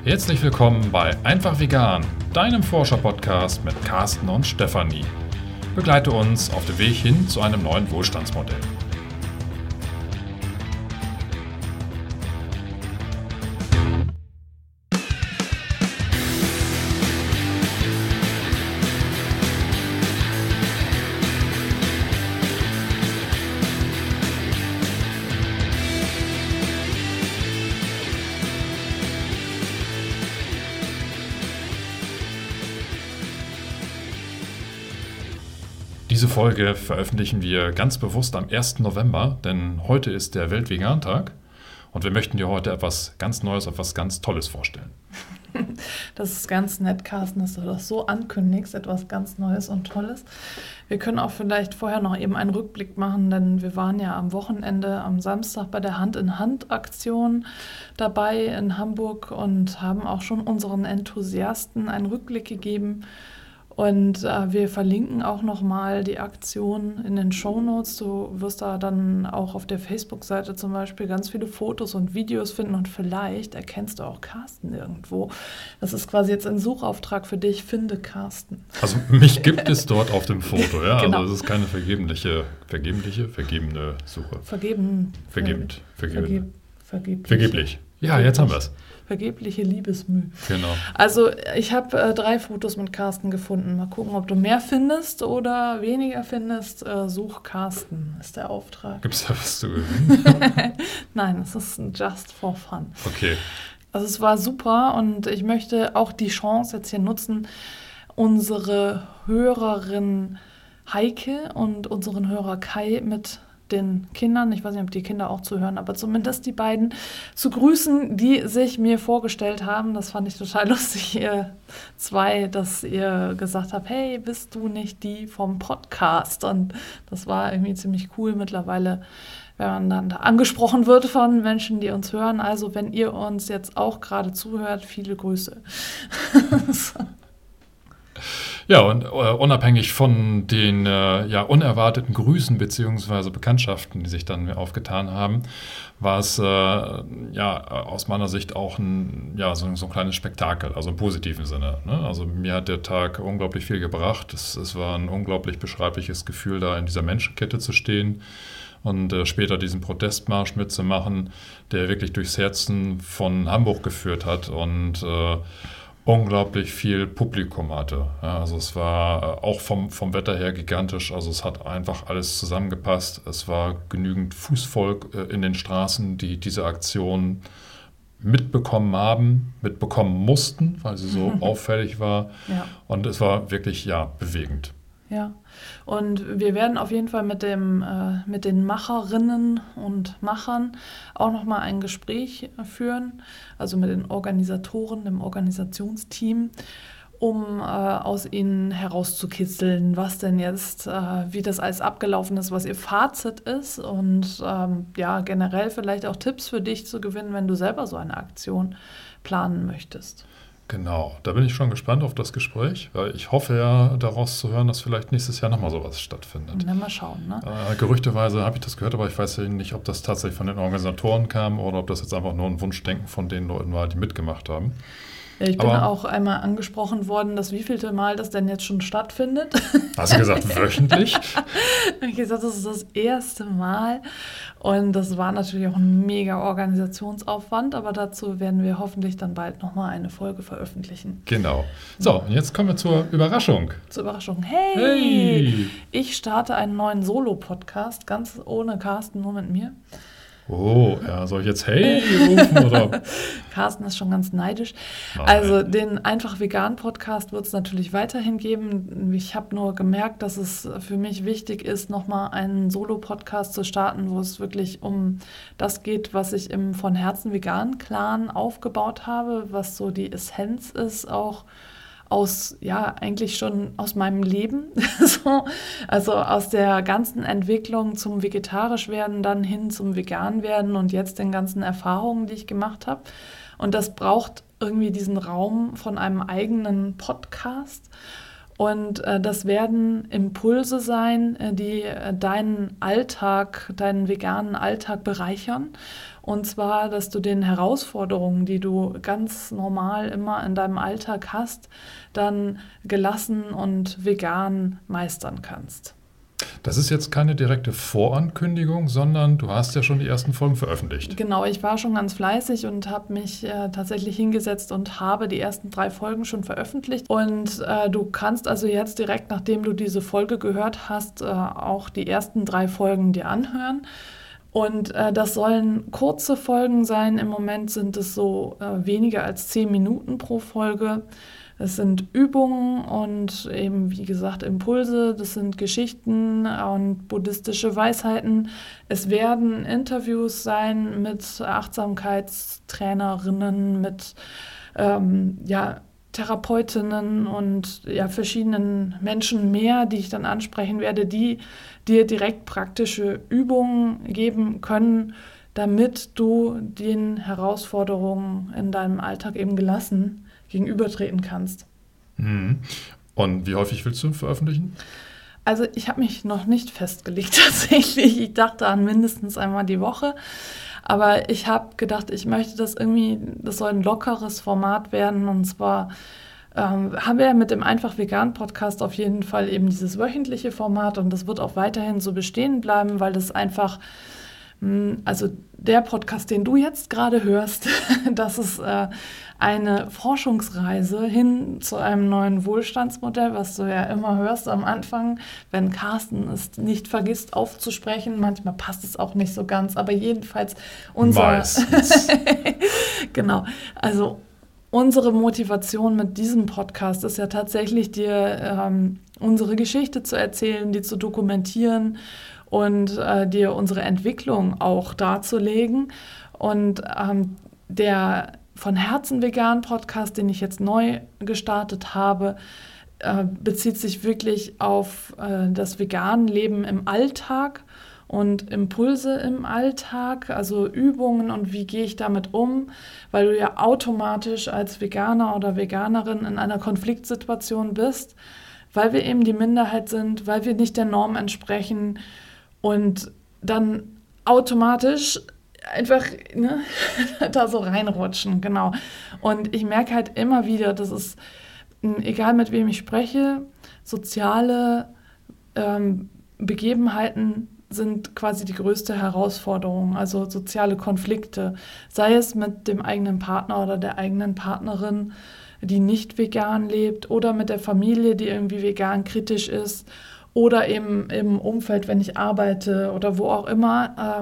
Herzlich willkommen bei Einfach Vegan, deinem Forscher-Podcast mit Carsten und Stefanie. Begleite uns auf dem Weg hin zu einem neuen Wohlstandsmodell. Diese Folge veröffentlichen wir ganz bewusst am 1. November, denn heute ist der Weltvegan-Tag und wir möchten dir heute etwas ganz Neues, etwas ganz Tolles vorstellen. Das ist ganz nett, Carsten, dass du das so ankündigst, etwas ganz Neues und Tolles. Wir können auch vielleicht vorher noch eben einen Rückblick machen, denn wir waren ja am Wochenende, am Samstag bei der Hand-in-Hand-Aktion dabei in Hamburg und haben auch schon unseren Enthusiasten einen Rückblick gegeben. Und wir verlinken auch nochmal die Aktion in den Shownotes. Du wirst da dann auch auf der Facebook-Seite zum Beispiel ganz viele Fotos und Videos finden und vielleicht erkennst du auch Carsten irgendwo. Das ist quasi jetzt ein Suchauftrag für dich, finde Carsten. Also mich gibt es dort auf dem Foto, ja. Genau. Also es ist keine vergebene Suche. Vergeblich. Ja, jetzt haben wir es. Vergebliche Liebesmüh. Genau. Also ich habe 3 Fotos mit Carsten gefunden. Mal gucken, ob du mehr findest oder weniger findest. Such Carsten ist der Auftrag. Gibt es da was zu gewinnen? Nein, es ist just for fun. Okay. Also es war super und ich möchte auch die Chance jetzt hier nutzen, unsere Hörerin Heike und unseren Hörer Kai mit den Kindern, ich weiß nicht, ob die Kinder auch zuhören, aber zumindest die beiden zu grüßen, die sich mir vorgestellt haben. Das fand ich total lustig, ihr zwei, dass ihr gesagt habt, hey, bist du nicht die vom Podcast? Und das war irgendwie ziemlich cool mittlerweile, wenn man dann da angesprochen wird von Menschen, die uns hören. Also wenn ihr uns jetzt auch gerade zuhört, viele Grüße. Ja, und unabhängig von den unerwarteten Grüßen bzw. Bekanntschaften, die sich dann aufgetan haben, war es aus meiner Sicht auch so ein kleines Spektakel, also im positiven Sinne. Ne? Also mir hat der Tag unglaublich viel gebracht. Es war ein unglaublich beschreibliches Gefühl, da in dieser Menschenkette zu stehen und später diesen Protestmarsch mitzumachen, der wirklich durchs Herzen von Hamburg geführt hat und unglaublich viel Publikum hatte. Ja, also es war auch vom Wetter her gigantisch, also es hat einfach alles zusammengepasst. Es war genügend Fußvolk in den Straßen, die diese Aktion mitbekommen mussten, weil sie so auffällig war. Ja. Und es war wirklich, bewegend. Ja, und wir werden auf jeden Fall mit den Macherinnen und Machern auch nochmal ein Gespräch führen, also mit den Organisatoren, dem Organisationsteam, um aus ihnen herauszukitzeln, was denn jetzt, wie das alles abgelaufen ist, was ihr Fazit ist und generell vielleicht auch Tipps für dich zu gewinnen, wenn du selber so eine Aktion planen möchtest. Genau, da bin ich schon gespannt auf das Gespräch, weil ich hoffe ja daraus zu hören, dass vielleicht nächstes Jahr nochmal sowas stattfindet. Ja, mal schauen, ne? Gerüchteweise habe ich das gehört, aber ich weiß ja nicht, ob das tatsächlich von den Organisatoren kam oder ob das jetzt einfach nur ein Wunschdenken von den Leuten war, die mitgemacht haben. Ja, ich bin auch einmal angesprochen worden, das wievielte Mal das denn jetzt schon stattfindet. Hast du gesagt, wöchentlich? Ich habe gesagt, das ist das erste Mal. Und das war natürlich auch ein mega Organisationsaufwand, aber dazu werden wir hoffentlich dann bald nochmal eine Folge veröffentlichen. Genau. So, und jetzt kommen wir zur Überraschung. Zur Überraschung. Hey! Ich starte einen neuen Solo-Podcast, ganz ohne Carsten, nur mit mir. Oh, ja, soll ich jetzt hey rufen oder? Carsten ist schon ganz neidisch. Nein. Also den Einfach Vegan Podcast wird es natürlich weiterhin geben. Ich habe nur gemerkt, dass es für mich wichtig ist, nochmal einen Solo-Podcast zu starten, wo es wirklich um das geht, was ich im Von Herzen Vegan Clan aufgebaut habe, was so die Essenz ist, auch eigentlich schon aus meinem Leben, also aus der ganzen Entwicklung zum vegetarisch werden, dann hin zum vegan werden und jetzt den ganzen Erfahrungen, die ich gemacht habe. Und das braucht irgendwie diesen Raum von einem eigenen Podcast. Und das werden Impulse sein, die deinen Alltag, deinen veganen Alltag bereichern Und zwar, dass du den Herausforderungen, die du ganz normal immer in deinem Alltag hast, dann gelassen und vegan meistern kannst. Das ist jetzt keine direkte Vorankündigung, sondern du hast ja schon die ersten Folgen veröffentlicht. Genau, ich war schon ganz fleißig und habe mich tatsächlich hingesetzt und habe die ersten 3 Folgen schon veröffentlicht. Und du kannst also jetzt direkt, nachdem du diese Folge gehört hast, auch die ersten 3 Folgen dir anhören. Und das sollen kurze Folgen sein. Im Moment sind es so weniger als 10 Minuten pro Folge. Es sind Übungen und eben, wie gesagt, Impulse. Das sind Geschichten und buddhistische Weisheiten. Es werden Interviews sein mit Achtsamkeitstrainerinnen, mit Therapeutinnen und verschiedenen Menschen mehr, die ich dann ansprechen werde, die dir direkt praktische Übungen geben können, damit du den Herausforderungen in deinem Alltag eben gelassen gegenübertreten kannst. Und wie häufig willst du veröffentlichen? Also ich habe mich noch nicht festgelegt tatsächlich. Ich dachte an mindestens einmal die Woche. Aber ich habe gedacht, ich möchte das soll ein lockeres Format werden. Und zwar haben wir ja mit dem Einfach Vegan Podcast auf jeden Fall eben dieses wöchentliche Format. Und das wird auch weiterhin so bestehen bleiben, weil das einfach, also der Podcast, den du jetzt gerade hörst, das ist eine Forschungsreise hin zu einem neuen Wohlstandsmodell, was du ja immer hörst am Anfang, wenn Carsten es nicht vergisst aufzusprechen. Manchmal passt es auch nicht so ganz, aber jedenfalls Genau, also unsere Motivation mit diesem Podcast ist ja tatsächlich, dir unsere Geschichte zu erzählen, die zu dokumentieren und dir unsere Entwicklung auch darzulegen. Und der von Herzen vegan Podcast, den ich jetzt neu gestartet habe, bezieht sich wirklich auf das vegane Leben im Alltag und Impulse im Alltag, also Übungen und wie gehe ich damit um, weil du ja automatisch als Veganer oder Veganerin in einer Konfliktsituation bist, weil wir eben die Minderheit sind, weil wir nicht der Norm entsprechen und dann automatisch einfach da so reinrutschen, genau. Und ich merke halt immer wieder, dass es, egal mit wem ich spreche, soziale Begebenheiten sind quasi die größte Herausforderung, also soziale Konflikte, sei es mit dem eigenen Partner oder der eigenen Partnerin, die nicht vegan lebt, oder mit der Familie, die irgendwie vegan kritisch ist, oder eben im Umfeld, wenn ich arbeite oder wo auch immer,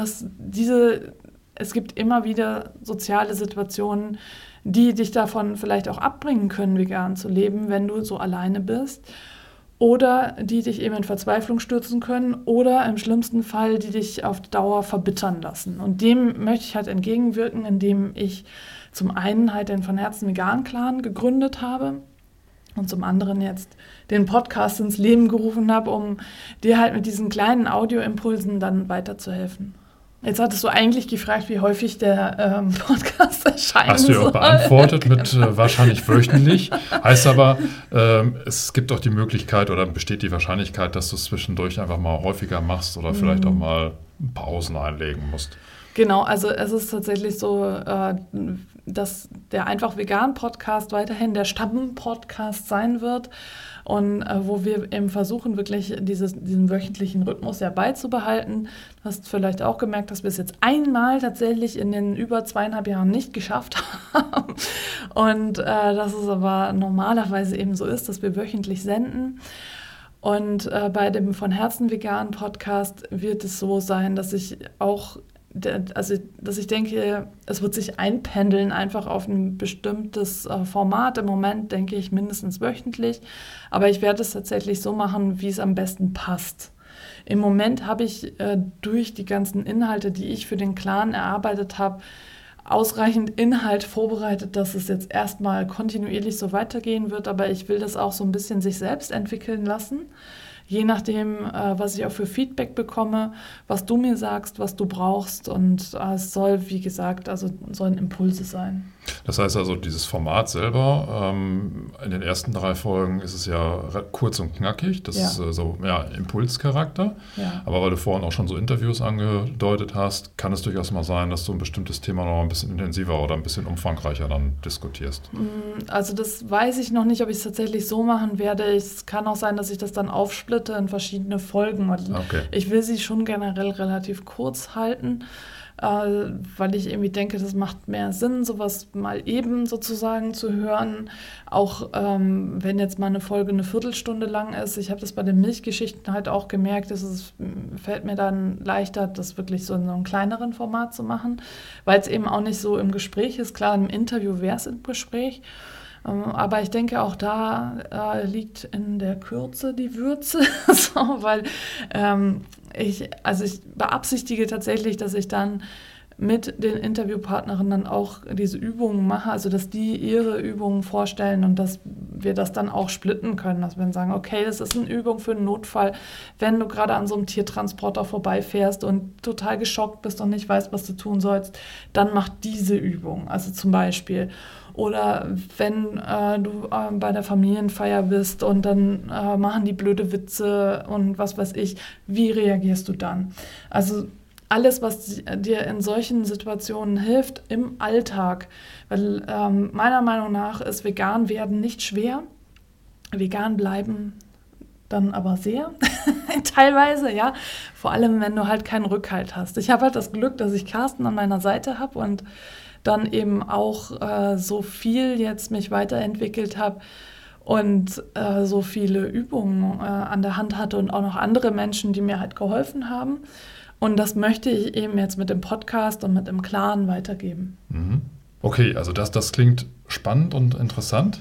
es gibt immer wieder soziale Situationen, die dich davon vielleicht auch abbringen können, vegan zu leben, wenn du so alleine bist, oder die dich eben in Verzweiflung stürzen können oder im schlimmsten Fall, die dich auf Dauer verbittern lassen. Und dem möchte ich halt entgegenwirken, indem ich zum einen halt den Von Herzen Vegan Clan gegründet habe und zum anderen jetzt den Podcast ins Leben gerufen habe, um dir halt mit diesen kleinen Audioimpulsen dann weiterzuhelfen. Jetzt hattest du eigentlich gefragt, wie häufig der Podcast erscheinen soll. Hast du ja auch beantwortet mit wahrscheinlich wöchentlich. Heißt aber, es gibt auch die Möglichkeit oder besteht die Wahrscheinlichkeit, dass du es zwischendurch einfach mal häufiger machst oder vielleicht auch mal Pausen einlegen musst. Genau, also es ist tatsächlich so, dass der Einfach Vegan Podcast weiterhin der Stamm-Podcast sein wird und wo wir eben versuchen, wirklich diesen wöchentlichen Rhythmus ja beizubehalten. Du hast vielleicht auch gemerkt, dass wir es jetzt einmal tatsächlich in den über 2,5 Jahren nicht geschafft haben und dass es aber normalerweise eben so ist, dass wir wöchentlich senden. Und bei dem Von Herzen Vegan Podcast wird es so sein, dass ich denke, es wird sich einpendeln einfach auf ein bestimmtes Format. Im Moment denke ich mindestens wöchentlich, aber ich werde es tatsächlich so machen, wie es am besten passt. Im Moment habe ich durch die ganzen Inhalte, die ich für den Clan erarbeitet habe, ausreichend Inhalt vorbereitet, dass es jetzt erstmal kontinuierlich so weitergehen wird, aber ich will das auch so ein bisschen sich selbst entwickeln lassen. je nachdem, was ich auch für Feedback bekomme, was du mir sagst, was du brauchst. Und es soll, wie gesagt, also sollen Impulse sein. Das heißt also, dieses Format selber, in den ersten 3 Folgen ist es ja kurz und knackig, das ist so Impulscharakter. Ja. Aber weil du vorhin auch schon so Interviews angedeutet hast, kann es durchaus mal sein, dass du ein bestimmtes Thema noch ein bisschen intensiver oder ein bisschen umfangreicher dann diskutierst. Also das weiß ich noch nicht, ob ich es tatsächlich so machen werde. Es kann auch sein, dass ich das dann aufsplitte in verschiedene Folgen. Okay. Ich will sie schon generell relativ kurz halten, weil ich irgendwie denke, das macht mehr Sinn, sowas mal eben sozusagen zu hören. Auch wenn jetzt mal eine Folge eine Viertelstunde lang ist. Ich habe das bei den Milchgeschichten halt auch gemerkt, fällt mir dann leichter, das wirklich so in so einem kleineren Format zu machen, weil es eben auch nicht so im Gespräch ist. Klar, im Interview wäre es im Gespräch. Aber ich denke, auch da liegt in der Kürze die Würze, so, weil ich beabsichtige tatsächlich, dass ich dann mit den Interviewpartnerinnen dann auch diese Übungen mache, also dass die ihre Übungen vorstellen und dass wir das dann auch splitten können, dass wir sagen, okay, das ist eine Übung für einen Notfall, wenn du gerade an so einem Tiertransporter vorbeifährst und total geschockt bist und nicht weißt, was du tun sollst, dann mach diese Übung, also zum Beispiel. Oder wenn du bei der Familienfeier bist und dann machen die blöde Witze und was weiß ich, wie reagierst du dann? Also alles, was dir in solchen Situationen hilft im Alltag. Weil meiner Meinung nach ist vegan werden nicht schwer. Vegan bleiben dann aber sehr, teilweise, ja. Vor allem, wenn du halt keinen Rückhalt hast. Ich habe halt das Glück, dass ich Carsten an meiner Seite habe und dann eben auch so viel jetzt mich weiterentwickelt habe und so viele Übungen an der Hand hatte und auch noch andere Menschen, die mir halt geholfen haben. Und das möchte ich eben jetzt mit dem Podcast und mit dem Clan weitergeben. Okay, also das klingt spannend und interessant.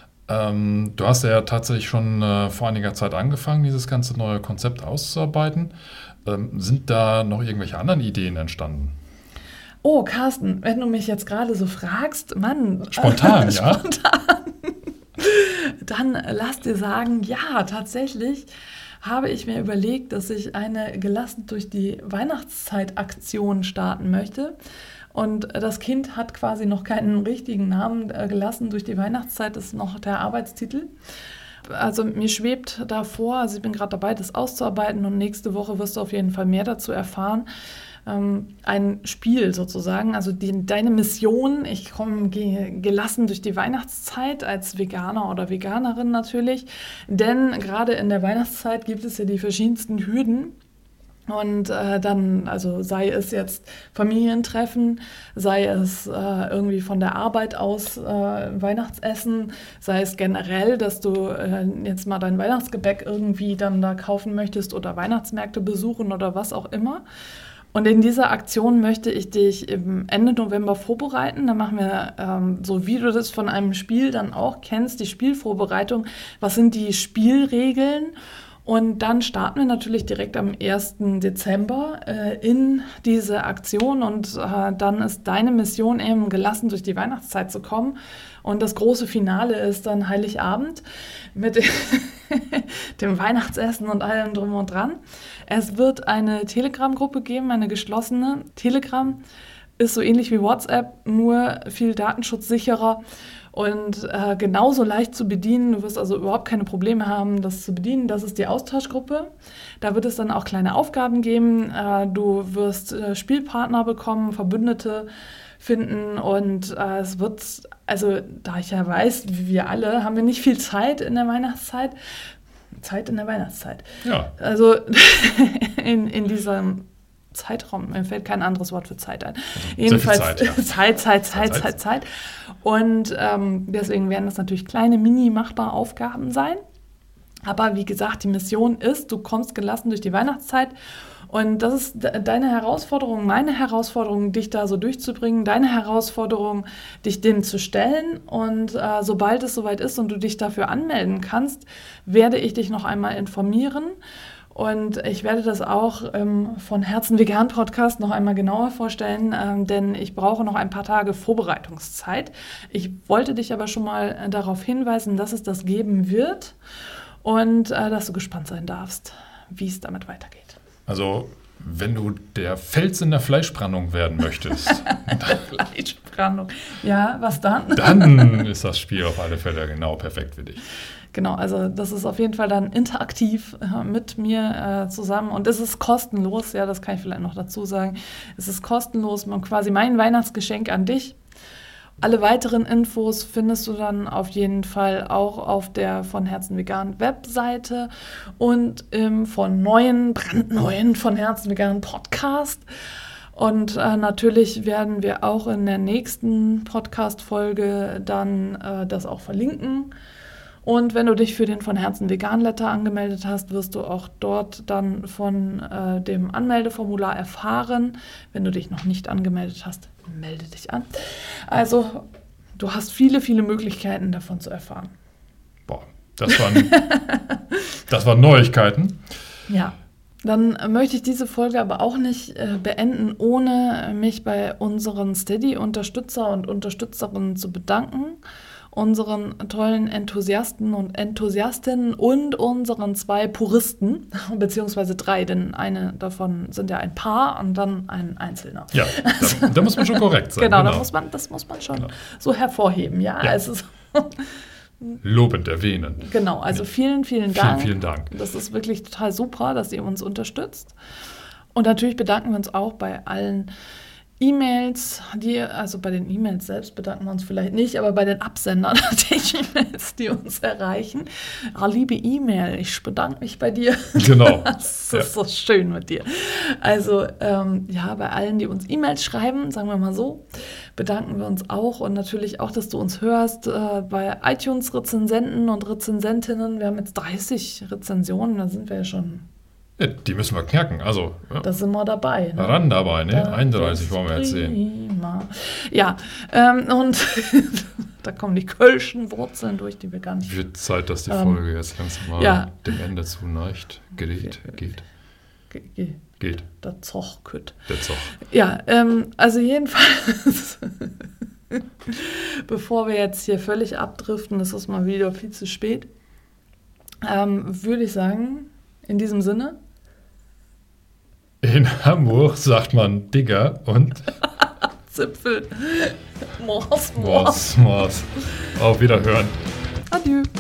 Du hast ja tatsächlich schon vor einiger Zeit angefangen, dieses ganze neue Konzept auszuarbeiten. Sind da noch irgendwelche anderen Ideen entstanden? Oh, Carsten, wenn du mich jetzt gerade so fragst, Mann. Spontan, ja? Spontan. Dann lass dir sagen, ja, tatsächlich habe ich mir überlegt, dass ich eine Gelassen durch die Weihnachtszeit-Aktion starten möchte. Und das Kind hat quasi noch keinen richtigen Namen. Gelassen durch die Weihnachtszeit ist noch der Arbeitstitel. Also mir schwebt davor, also ich bin gerade dabei, das auszuarbeiten und nächste Woche wirst du auf jeden Fall mehr dazu erfahren. Ein Spiel sozusagen, also deine Mission, ich gehe gelassen durch die Weihnachtszeit als Veganer oder Veganerin natürlich, denn gerade in der Weihnachtszeit gibt es ja die verschiedensten Hürden. Und dann, also sei es jetzt Familientreffen, sei es irgendwie von der Arbeit aus Weihnachtsessen, sei es generell, dass du jetzt mal dein Weihnachtsgebäck irgendwie dann da kaufen möchtest oder Weihnachtsmärkte besuchen oder was auch immer. Und in dieser Aktion möchte ich dich im Ende November vorbereiten. Da machen wir, so wie du das von einem Spiel dann auch kennst, die Spielvorbereitung. Was sind die Spielregeln? Und dann starten wir natürlich direkt am 1. Dezember in diese Aktion. Und dann ist deine Mission eben gelassen durch die Weihnachtszeit zu kommen. Und das große Finale ist dann Heiligabend mit dem Weihnachtsessen und allem drum und dran. Es wird eine Telegram-Gruppe geben, eine geschlossene. Telegram ist so ähnlich wie WhatsApp, nur viel datenschutzsicherer und genauso leicht zu bedienen. Du wirst also überhaupt keine Probleme haben, das zu bedienen. Das ist die Austauschgruppe. Da wird es dann auch kleine Aufgaben geben. Du wirst Spielpartner bekommen, Verbündete finden und es wird, also da ich ja weiß, wie wir alle, haben wir nicht viel Zeit in der Weihnachtszeit. Zeit in der Weihnachtszeit. Ja. Also in diesem Zeitraum, mir fällt kein anderes Wort für Zeit ein. Jedenfalls Zeit. Und deswegen werden das natürlich kleine, mini-machbare Aufgaben sein. Aber wie gesagt, die Mission ist, du kommst gelassen durch die Weihnachtszeit. Und das ist deine Herausforderung, meine Herausforderung, dich da so durchzubringen, deine Herausforderung, dich dem zu stellen. Und sobald es soweit ist und du dich dafür anmelden kannst, werde ich dich noch einmal informieren. Und ich werde das auch von Herzen Vegan Podcast noch einmal genauer vorstellen, denn ich brauche noch ein paar Tage Vorbereitungszeit. Ich wollte dich aber schon mal darauf hinweisen, dass es das geben wird. und dass du gespannt sein darfst, wie es damit weitergeht. Also, wenn du der Fels in der Fleischbrandung werden möchtest, Fleischbrandung. Ja, was dann? Dann ist das Spiel auf alle Fälle genau perfekt für dich. Genau, also das ist auf jeden Fall dann interaktiv mit mir zusammen und es ist kostenlos, ja, das kann ich vielleicht noch dazu sagen. Es ist kostenlos, quasi mein Weihnachtsgeschenk an dich. Alle weiteren Infos findest du dann auf jeden Fall auch auf der von Herzen Vegan Webseite und im brandneuen von Herzen Vegan Podcast. Und natürlich werden wir auch in der nächsten Podcast-Folge dann das auch verlinken. Und wenn du dich für den von Herzen Vegan Letter angemeldet hast, wirst du auch dort dann von dem Anmeldeformular erfahren. Wenn du dich noch nicht angemeldet hast, melde dich an. Also du hast viele, viele Möglichkeiten davon zu erfahren. Boah, das waren Neuigkeiten. Ja, dann möchte ich diese Folge aber auch nicht beenden, ohne mich bei unseren Steady-Unterstützer und Unterstützerinnen zu bedanken. Unseren tollen Enthusiasten und Enthusiastinnen und unseren 2 Puristen, beziehungsweise 3, denn eine davon sind ja ein Paar und dann ein Einzelner. Ja, da muss man schon korrekt sein. Genau. Das muss man schon so hervorheben. Ja. Also lobend erwähnen. Genau, also vielen, vielen Dank. Vielen Dank. Das ist wirklich total super, dass ihr uns unterstützt. Und natürlich bedanken wir uns auch bei allen E-Mails, also bei den E-Mails selbst bedanken wir uns vielleicht nicht, aber bei den Absendern der E-Mails, die uns erreichen. Liebe E-Mail, ich bedanke mich bei dir. Genau. Das ist so schön mit dir. Also bei allen, die uns E-Mails schreiben, sagen wir mal so, bedanken wir uns auch und natürlich auch, dass du uns hörst bei iTunes-Rezensenten und Rezensentinnen. Wir haben jetzt 30 Rezensionen, da sind wir ja schon... Ja, die müssen wir knacken, also. Ja. Da sind wir dabei. Ne? Ran dabei, ne? 31 wollen wir jetzt sehen. Ja, und da kommen die kölschen Wurzeln durch, die wir gar nicht... Wird Zeit, dass die Folge jetzt langsam mal dem Ende zuneigt. Geht. Der Zoch kütt. Der Zoch. Ja, also jedenfalls, bevor wir jetzt hier völlig abdriften, ist es mal wieder viel zu spät, würde ich sagen, in diesem Sinne... In Hamburg sagt man Digger und Zipfel. Mors. Auf Wiederhören. Adieu.